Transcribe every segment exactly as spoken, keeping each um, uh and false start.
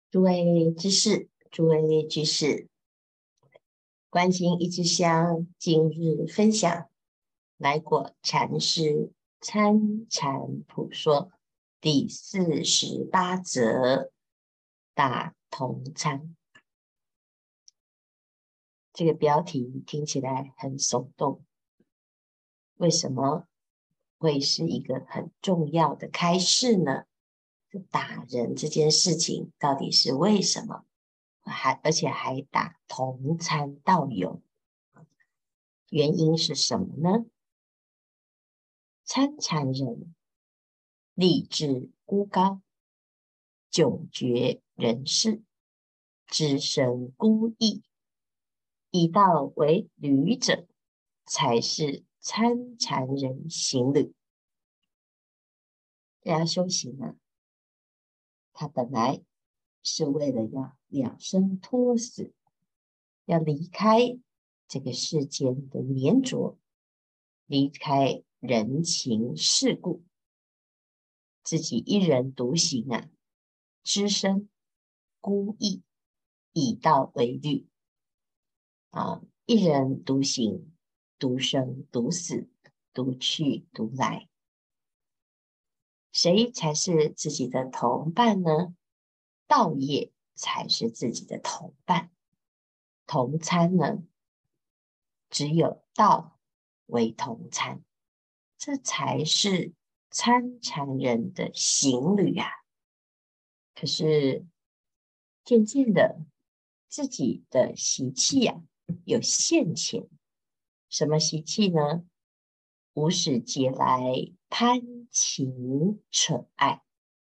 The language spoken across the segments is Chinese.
诸位知士，诸位居士，关心一支香，今日分享来果禅师参禅普说第四十八则大同参。这个标题听起来很耸动，为什么会是一个很重要的开示呢？打人这件事情到底是为什么？还而且还打同参道友，原因是什么呢？参禅人立志孤高，迥绝人世，只身孤逸，以道为履者，才是参禅人行旅。大家修行啊，他本来是为了要了生脱死，要离开这个世间的粘着，离开人情世故，自己一人独行啊，只身孤逸，以道为律啊，一人独行，独生独死，独去独来。谁才是自己的同伴呢？道业才是自己的同伴。同参呢，只有道为同参，这才是参禅人的行旅啊。可是渐渐的，自己的习气啊有现前。什么习气呢？无始劫来攀情扯爱，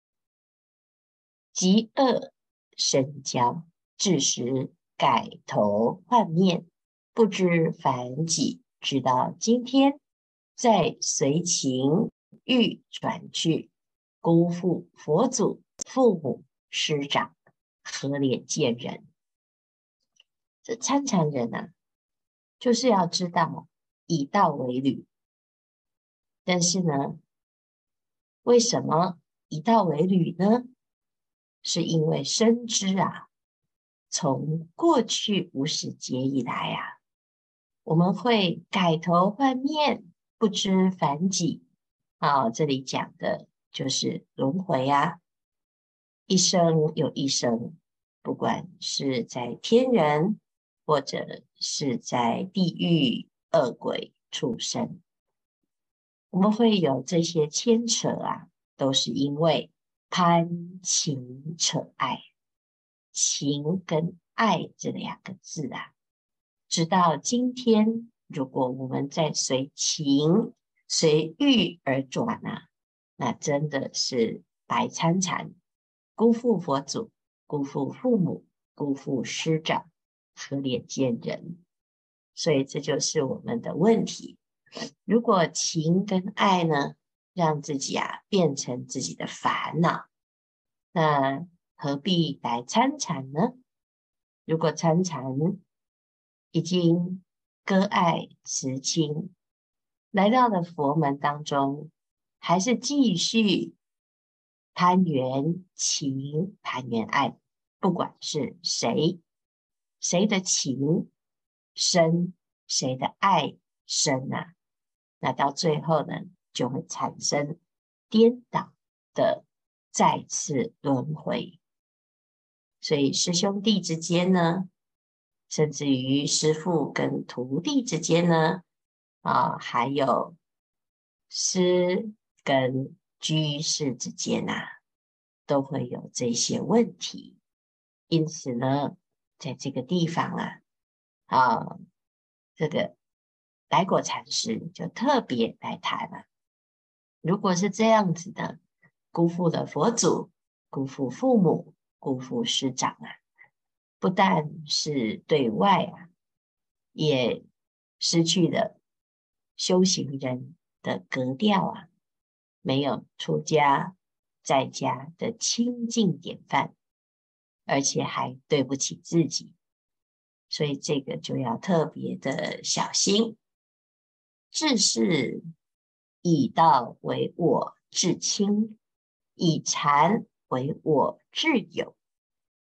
极恶深交，致使改头换面，不知反己，直到今天再随情欲转去，辜负佛祖、父母、师长，何脸见人？这参禅人啊，就是要知道以道为履。但是呢，为什么以道为履呢？是因为深知啊，从过去无始劫以来啊，我们会改头换面，不知反己。啊，这里讲的就是轮回啊，一生又一生，不管是在天人，或者是在地狱、恶鬼、畜生，我们会有这些牵扯啊，都是因为攀情扯爱。情跟爱这两个字啊，直到今天，如果我们在随情随欲而转啊，那真的是白参禅，辜负佛祖，辜负父母，辜负师长，何脸见人？所以这就是我们的问题。如果情跟爱呢，让自己啊变成自己的烦恼，那何必来参禅呢？如果参禅已经割爱辞亲，来到了佛门当中，还是继续攀缘情、攀缘爱，不管是谁，谁的情深，谁的爱深啊，那到最后呢，就会产生颠倒的再次轮回。所以师兄弟之间呢，甚至于师父跟徒弟之间呢，啊，还有师跟居士之间啊，都会有这些问题。因此呢，在这个地方啊，啊，这个来果禅师就特别来谈了。如果是这样子的，辜负了佛祖，辜负父母，辜负师长啊，不但是对外啊，也失去了修行人的格调啊，没有出家在家的清净典范，而且还对不起自己，所以这个就要特别的小心。志是以道为我至亲，以禅为我至友。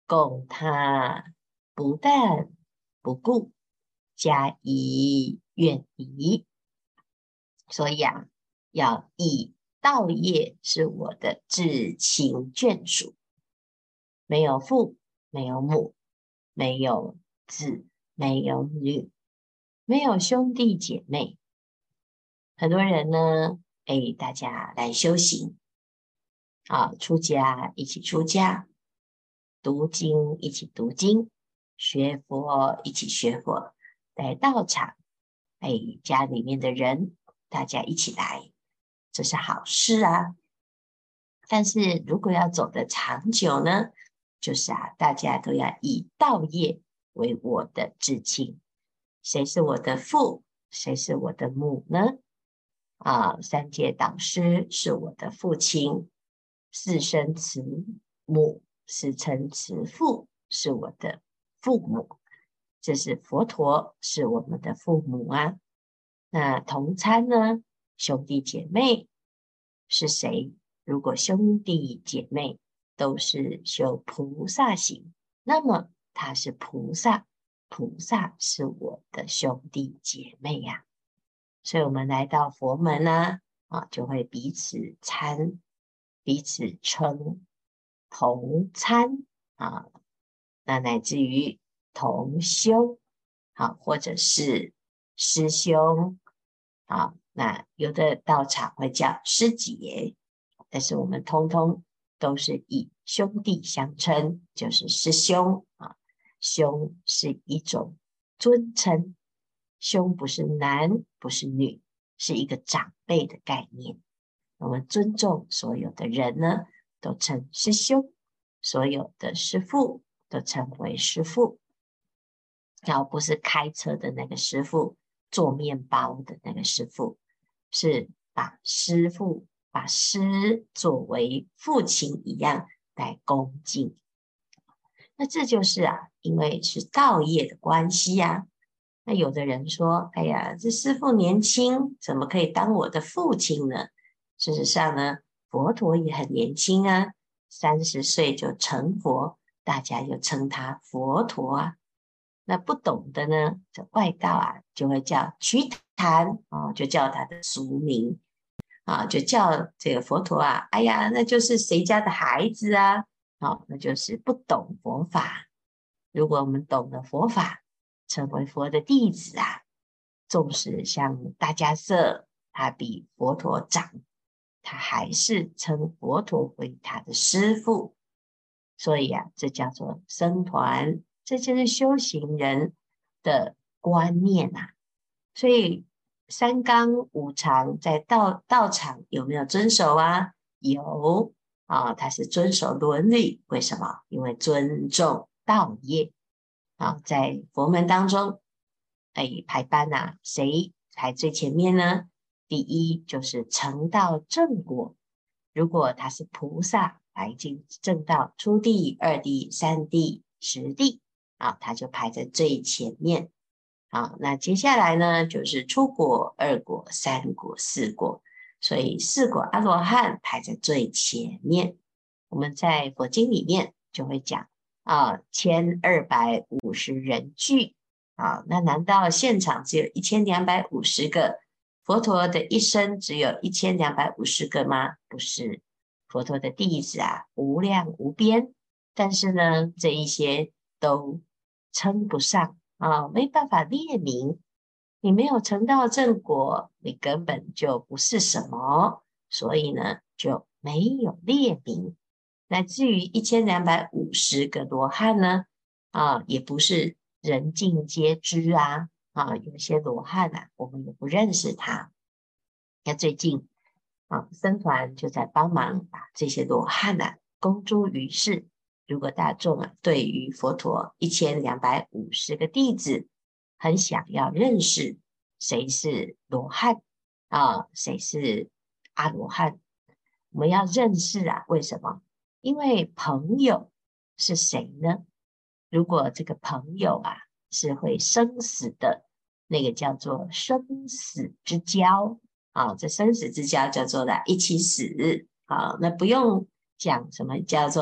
供他不但不顾，加以远离。所以啊，要以道业是我的至亲眷属，没有父，没有母，没有子，没有女，没有兄弟姐妹。很多人呢，哎，大家来修行啊，出家一起出家，读经一起读经，学佛一起学佛，来道场，哎，家里面的人大家一起来，这是好事啊。但是如果要走得长久呢，就是啊，大家都要以道业为我的至亲。谁是我的父？谁是我的母呢？啊，三界导师是我的父亲，四生慈母，四称慈父是我的父母。这是佛陀是我们的父母啊。那同参呢？兄弟姐妹是谁？如果兄弟姐妹都是修菩萨行，那么他是菩萨，菩萨是我的兄弟姐妹呀、啊。所以我们来到佛门呢、啊，啊，就會彼此參，彼此稱，同參啊，那乃至於同修，啊，或者是師兄，啊，那有的道場會叫師姐，但是我們通通都是以兄弟相稱，就是師兄啊，兄是一種尊稱。兄不是男，不是女，是一个长辈的概念。我们尊重所有的人呢，都称师兄；所有的师父都称为师父。然后不是开车的那个师父，做面包的那个师父，是把师父、把师作为父亲一样来恭敬。那这就是啊，因为是道业的关系啊。那有的人说，哎呀，这师父年轻，怎么可以当我的父亲呢？事实上呢，佛陀也很年轻啊，三十岁就成佛，大家就称他佛陀啊。那不懂的呢，这外道啊，就会叫瞿昙啊，就叫他的俗名啊，就叫这个佛陀啊，哎呀，那就是谁家的孩子啊，好，那就是不懂佛法。如果我们懂了佛法，成为佛的弟子啊，纵使像大迦叶，他比佛陀长，他还是称佛陀为他的师父。所以啊，这叫做僧团，这就是修行人的观念啊。所以三纲五常在道道场有没有遵守啊？有啊，他是遵守伦理。为什么？因为尊重道业。啊，在佛门当中，哎，排班啊，谁排最前面呢？第一就是成道正果，如果他是菩萨，排进正道，初地、二地、三地、十地，啊，他就排在最前面。好，那接下来呢，就是初果、二果、三果、四果，所以四果阿罗汉排在最前面。我们在佛经里面就会讲。啊，千二百五十人聚啊，那难道现场只有一千两百五十个？佛陀的一生只有一千两百五十个吗？不是，佛陀的弟子啊，无量无边，但是呢，这一些都称不上啊，没办法列名。你没有成道正果，你根本就不是什么，所以呢，就没有列名。乃至于一千两百五十个罗汉呢，啊，也不是人尽皆知啊，啊，有些罗汉啊，我们也不认识他。那最近啊，僧团就在帮忙把这些罗汉啊公诸于世。如果大众啊，对于佛陀一千两百五十个弟子，很想要认识谁是罗汉啊，谁是阿罗汉，我们要认识啊，为什么？因为朋友是谁呢？如果这个朋友啊是会生死的，那个叫做生死之交啊，这生死之交叫做的一起死啊，那不用讲什么叫做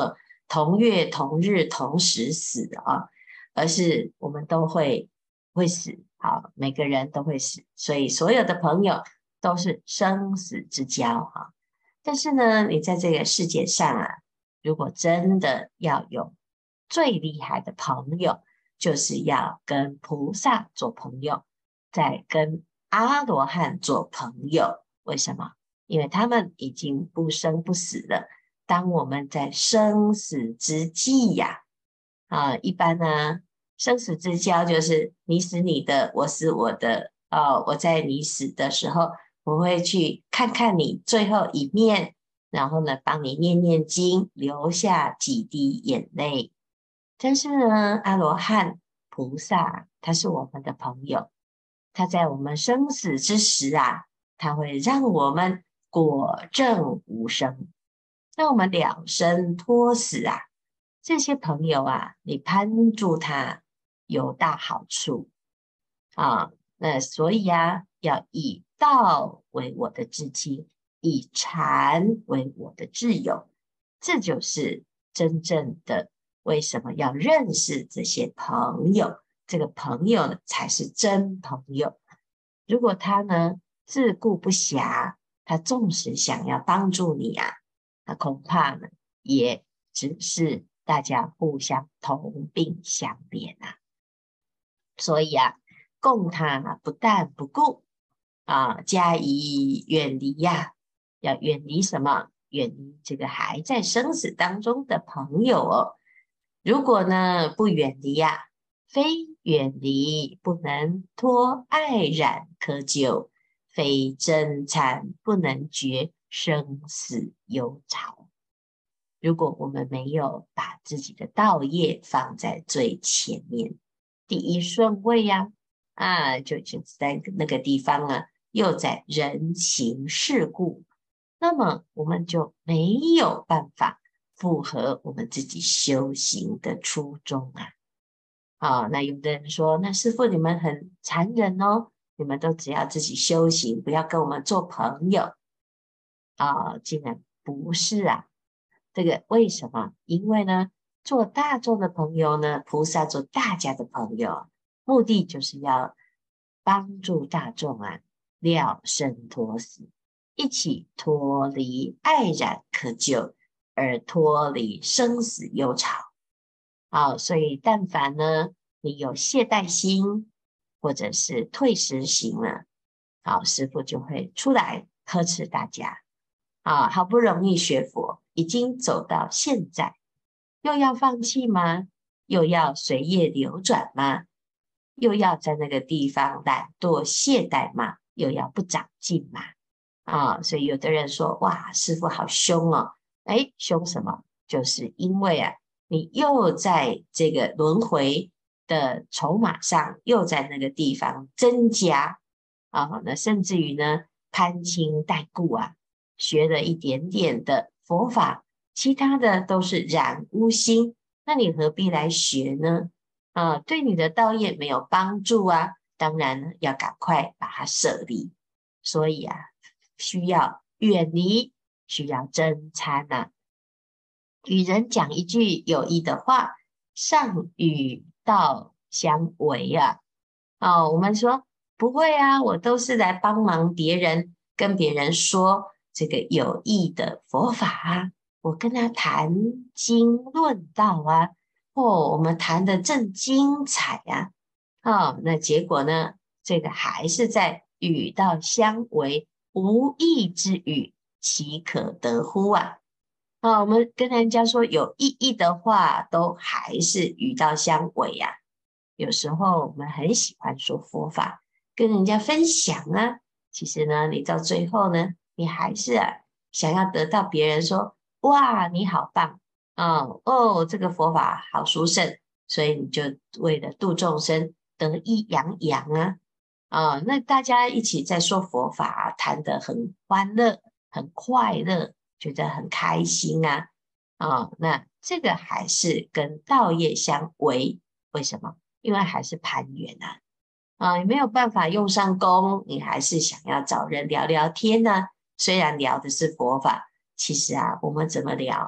同月同日同时死啊，而是我们都会会死，好，每个人都会死，所以所有的朋友都是生死之交哈。但是呢，你在这个世界上啊，如果真的要有最厉害的朋友，就是要跟菩萨做朋友，再跟阿罗汉做朋友。为什么？因为他们已经不生不死了。当我们在生死之际呀，啊，一般呢，生死之交就是你死你的，我死我的。哦，我在你死的时候，我会去看看你最后一面，然后呢，帮你念念经，流下几滴眼泪。但是呢，阿罗汉菩萨他是我们的朋友，他在我们生死之时啊，他会让我们果证无生，让我们了生脱死啊。这些朋友啊，你攀住他有大好处啊。那所以啊，要以道为我的知己，以禅为我的挚友，这就是真正的为什么要认识这些朋友。这个朋友呢，才是真朋友。如果他呢自顾不暇，他纵使想要帮助你啊，那恐怕呢也只是大家互相同病相怜啊。所以啊，供他不但不顾啊，加以远离呀、啊。要远离什么？远离这个还在生死当中的朋友哦。如果呢不远离呀、啊，非远离不能脱爱染窠臼，非真禅不能绝生死忧巢。如果我们没有把自己的道业放在最前面，第一顺位呀、啊，啊，就就在那个地方啊，又在人情世故，那么我们就没有办法符合我们自己修行的初衷啊。啊，那有的人说，那师父你们很残忍哦，你们都只要自己修行，不要跟我们做朋友啊，竟然不是啊。这个为什么？因为呢，做大众的朋友呢，菩萨做大家的朋友，目的就是要帮助大众啊，了生脱死，一起脱离爱染窠臼，而脱离生死忧巢。好，所以但凡呢，你有懈怠心，或者是退失心了，好，师父就会出来呵斥大家。啊，好不容易学佛，已经走到现在，又要放弃吗？又要随业流转吗？又要在那个地方懒惰懈怠吗？又要不长进吗？啊，所以有的人说，哇，师父好凶哦。哎，凶什么？就是因为啊，你又在这个轮回的筹码上，又在那个地方增加啊，那甚至于呢，攀亲带故啊。学了一点点的佛法，其他的都是染污心，那你何必来学呢？啊，对你的道业没有帮助啊，当然呢，要赶快把它舍离。所以啊，需要远离，需要真参啊。与人讲一句有益的话，上与道相违啊。哦，我们说不会啊，我都是来帮忙别人，跟别人说这个有益的佛法啊，我跟他谈经论道啊，哦，我们谈的正精彩啊。哦，那结果呢，这个还是在与道相违，无益之语，岂可得乎啊？啊，我们跟人家说有意义的话，都还是与道相违呀、啊。有时候我们很喜欢说佛法，跟人家分享啊，其实呢，你到最后呢，你还是啊想要得到别人说，哇，你好棒啊，哦，这个佛法好殊胜，所以你就为了度众生得意洋洋啊。啊，那大家一起在说佛法，谈得很欢乐，很快乐。觉得很开心啊，啊，那这个还是跟道业相违，为什么？因为还是攀缘啊，啊，你没有办法用上功，你还是想要找人聊聊天呢、啊。虽然聊的是佛法，其实啊，我们怎么聊？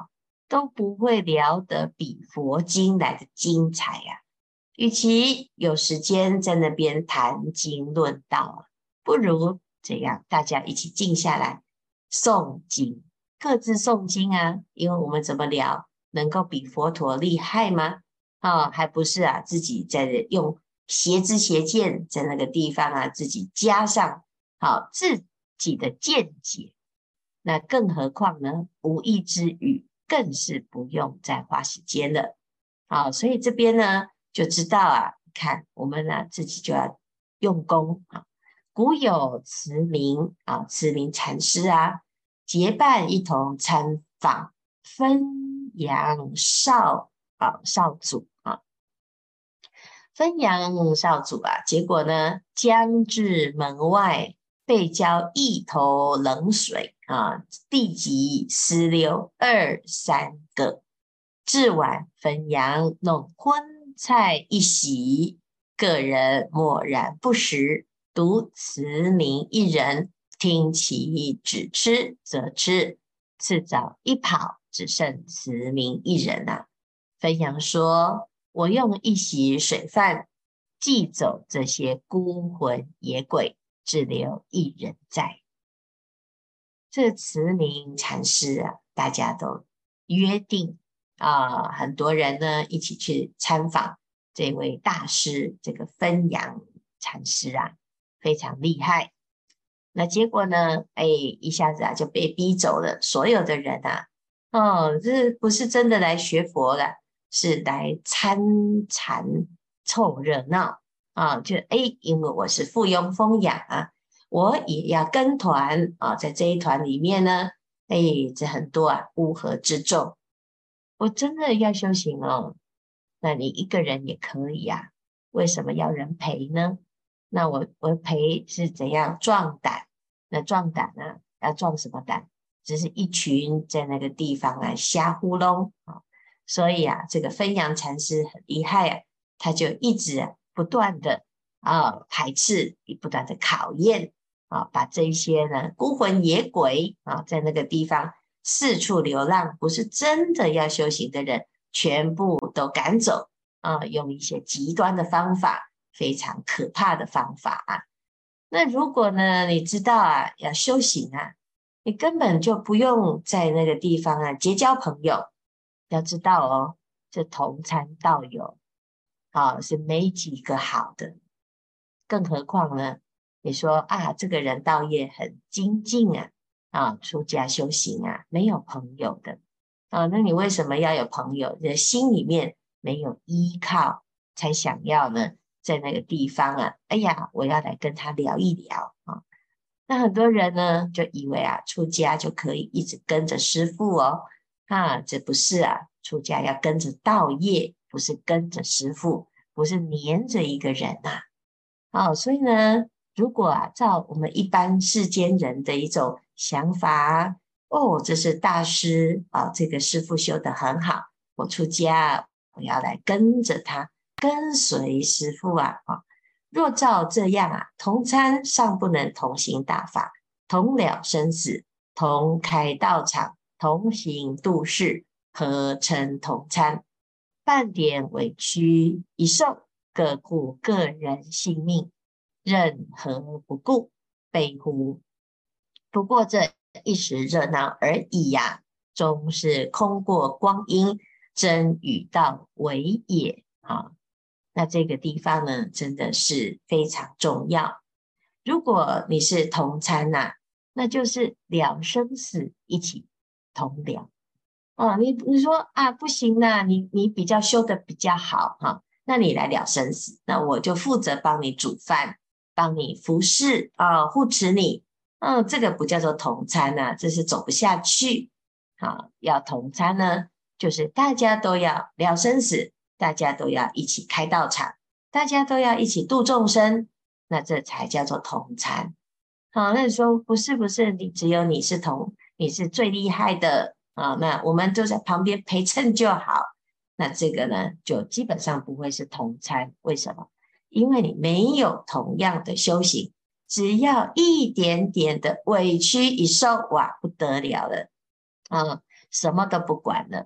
都不会聊得比佛经来的精彩啊。与其有时间在那边谈经论道啊，不如这样，大家一起静下来诵经，各自诵经啊。因为我们怎么聊，能够比佛陀厉害吗？啊，还不是啊，自己在用邪知邪见在那个地方啊，自己加上好自己的见解。那更何况呢，无益之语更是不用再花时间了。好，所以这边呢就知道啊，看我们呢自己就要用功啊。古有慈明啊，慈明禅师啊，结伴一同参访汾阳少啊少主啊，汾阳少主啊，结果呢将至门外，被浇一头冷水啊，地即湿溜二三个。至晚汾阳弄荤菜一席，个人默然不食，独慈明一人，听其只吃则吃。次早一跑，只剩慈明一人啊。汾阳说：我用一席水饭祭走这些孤魂野鬼，只留一人在。这慈明禅师啊，大家都约定啊、呃，很多人呢一起去参访这位大师，这个汾阳禅师啊，非常厉害。那结果呢，哎，一下子啊就被逼走了。所有的人啊，哦，这不是真的来学佛的，是来参禅凑热闹啊！就哎，因为我是附庸风雅啊，我也要跟团啊，在这一团里面呢，哎，这很多啊乌合之众。我真的要修行哦，那你一个人也可以啊，为什么要人陪呢？那我我陪是怎样壮胆？那壮胆呢、啊？要壮什么胆？只是一群在那个地方啊瞎糊弄啊。所以啊，这个汾阳禅师很厉害啊，他就一直、啊、不断的啊排斥，不断的考验啊，把这一些呢孤魂野鬼啊，在那个地方四处流浪，不是真的要修行的人，全部都赶走啊，用一些极端的方法。非常可怕的方法啊！那如果呢，你知道啊，要修行啊，你根本就不用在那个地方啊结交朋友。要知道哦，这同参道友啊是没几个好的，更何况呢？你说啊，这个人道业很精进啊，啊，出家修行啊，没有朋友的啊，那你为什么要有朋友？你的心里面没有依靠，才想要呢？在那个地方啊，哎呀，我要来跟他聊一聊啊。那很多人呢，就以为啊，出家就可以一直跟着师父哦，啊，这不是啊，出家要跟着道业，不是跟着师父，不是黏着一个人呐、啊。哦，所以呢，如果啊，照我们一般世间人的一种想法，哦，这是大师啊，这个师父修得很好，我出家，我要来跟着他。跟随师父啊，啊，若照这样啊，同参尚不能同行大法，同了生死，同开道场，同行度世，何称同参？半点委屈一受，各顾个人性命，任何不顾，悲乎！不过这一时热闹而已呀、啊，终是空过光阴，真与道为也啊！那这个地方呢，真的是非常重要。如果你是同参呐、啊，那就是了生死一起同了。哦，你你说啊，不行啦，你你比较修的比较好哈，那你来了生死，那我就负责帮你煮饭，帮你服侍啊，护持你。嗯，这个不叫做同参呐、啊，这是走不下去。好，要同参呢，就是大家都要了生死。大家都要一起开道场，大家都要一起度众生，那这才叫做同参。好，那你说不是不是，你只有你是同，你是最厉害的啊，那我们就在旁边陪衬就好。那这个呢，就基本上不会是同参。为什么？因为你没有同样的修行，只要一点点的委屈一受，哇，不得了了啊，什么都不管了。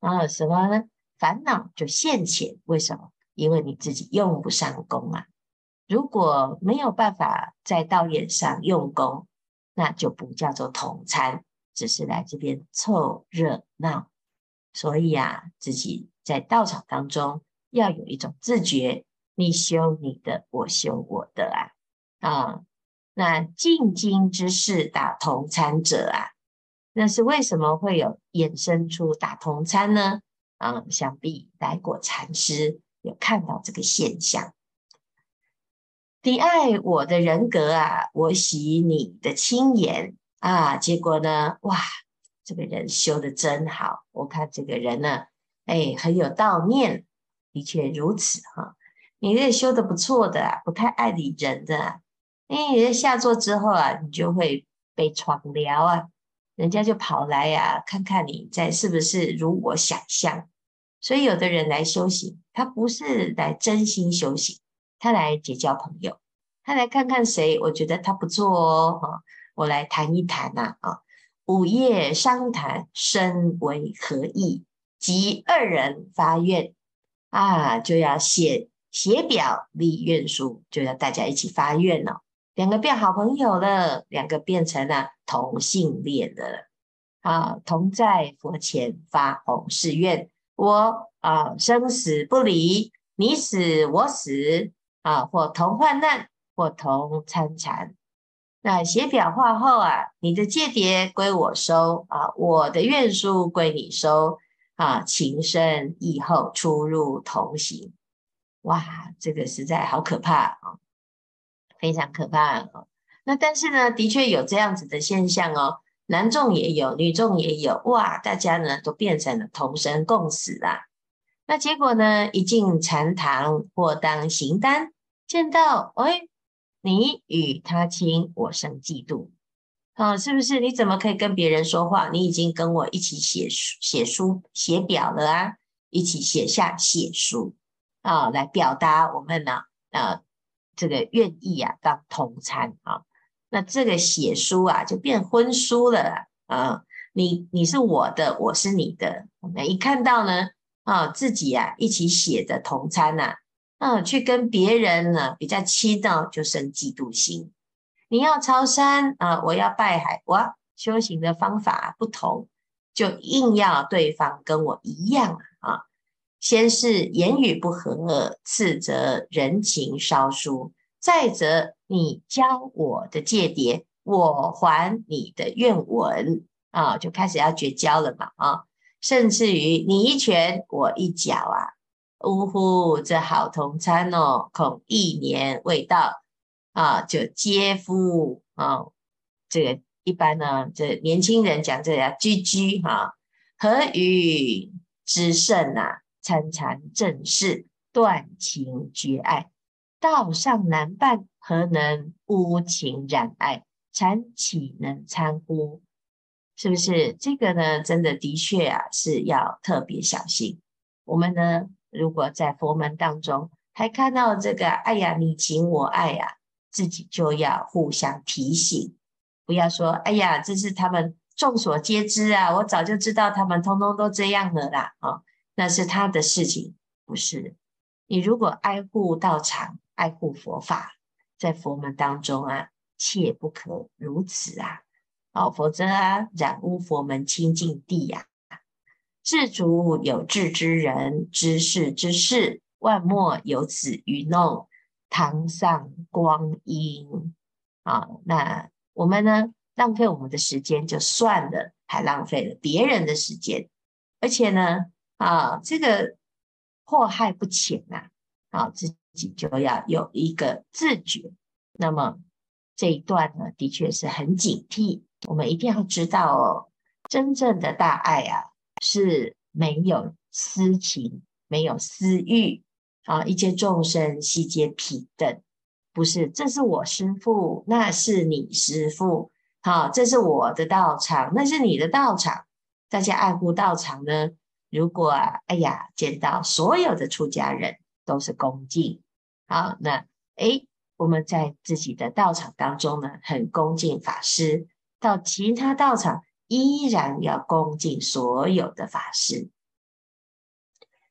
啊，什么呢？烦恼就现前。为什么？因为你自己用不上功啊。如果没有办法在道业上用功，那就不叫做同参，只是来这边凑热闹。所以啊，自己在道场当中要有一种自觉，你修你的，我修我的啊。啊，那进经之事打同参者啊，那是为什么会有衍生出打同参呢？啊，想必来果禅师有看到这个现象。你爱我的人格啊，我喜你的轻言啊，结果呢，哇，这个人修得真好，我看这个人呢，哎，很有道念，的确如此哈。你这修得不错的啊，不太爱理人的啊，因为你下座之后啊，你就会被闯聊啊，人家就跑来呀、啊，看看你在是不是如我想象。所以有的人来修行，他不是来真心修行，他来结交朋友。他来看看谁，我觉得他不错哦，哈，我来谈一谈呐，啊，午夜商谈，深为合意，即二人发愿啊，就要写写表立愿书，就要大家一起发愿了，两个变好朋友了，两个变成了同性恋了，啊，同在佛前发弘誓愿，我啊生死不离，你死我死啊，或同患难。或同参禅。那写表画后啊，你的戒牒归我收啊，我的愿书归你收啊，情深意厚，出入同行。哇，这个实在好可怕啊，非常可怕啊。那但是呢，的确有这样子的现象哦，男众也有，女众也有，哇，大家呢都变成了同生共死啦。那结果呢，一进禅堂或当行单，见到哎。你与他亲，我生嫉妒，啊，是不是？你怎么可以跟别人说话？你已经跟我一起写书、写书、写表了啊，一起写下写书啊，来表达我们呢，呃，这个愿意啊，当同参啊。那这个写书啊，就变婚书了啊。你你是我的，我是你的。我们一看到呢，啊，自己啊一起写的同参呐。嗯，去跟别人呢比较亲呢，就生嫉妒心。你要朝山啊，我要拜海，哇，修行的方法不同，就硬要对方跟我一样啊。先是言语不合，次则人情稍疏，再则你教我的戒牒，我还你的愿文啊，就开始要绝交了嘛啊，甚至于你一拳我一脚啊。呜呼，这好同餐哦，恐一年未到啊，就嗟夫啊。这个一般呢，这年轻人讲这叫居居哈，何与之甚啊？参禅正事，断情绝爱，道上难办，何能无情染爱？禅岂能参乎？是不是？这个呢，真的的确啊，是要特别小心。我们呢，如果在佛门当中还看到这个，哎呀，你情我爱呀、自己就要互相提醒，不要说，哎呀，这是他们众所皆知啊，我早就知道他们通通都这样了啦，啊、哦，那是他的事情，不是。你如果爱护道场，爱护佛法，在佛门当中啊，切不可如此啊，哦，否则啊，染污佛门清净地呀、啊。自主有志之人，知事之事，万莫有此愚弄，堂上光阴啊！那我们呢，浪费我们的时间就算了，还浪费了别人的时间，而且呢，啊，这个祸害不浅呐、啊，啊，自己就要有一个自觉。那么这一段呢，的确是很警惕，我们一定要知道哦，真正的大爱啊。是没有私情，没有私欲啊！一切众生悉皆平等，不是？这是我师父，那是你师父，好，这是我的道场，那是你的道场。大家爱护道场呢？如果啊，哎呀，见到所有的出家人都是恭敬，好，那诶，我们在自己的道场当中呢，很恭敬法师，到其他道场。依然要恭敬所有的法师，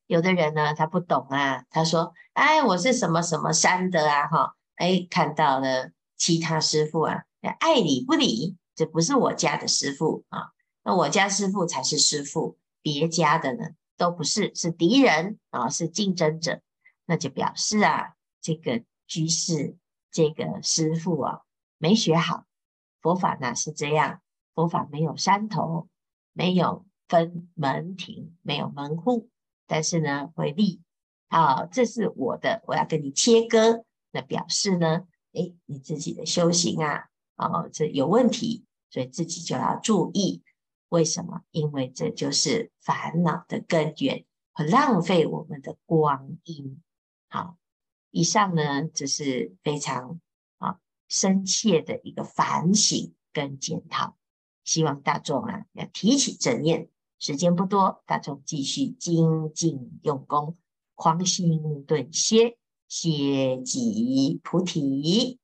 有的人呢，他不懂啊，他说：“哎，我是什么什么山的啊，哈，哎，看到了其他师傅啊，爱理不理，这不是我家的师傅啊，那我家师傅才是师傅，别家的呢都不是，是敌人啊，是竞争者，那就表示啊，这个居士这个师傅啊没学好，佛法哪是这样？佛法没有山头，没有分门庭，没有门户。”但是呢，会立啊，这是我的，我要跟你切割，那表示呢，诶，你自己的修行啊，哦，这有问题，所以自己就要注意。为什么？因为这就是烦恼的根源，会浪费我们的光阴。好，以上呢，这是非常啊深切的一个反省跟检讨，希望大众啊要提起正念。时间不多，大众继续精进用功，狂心顿歇，歇即菩提。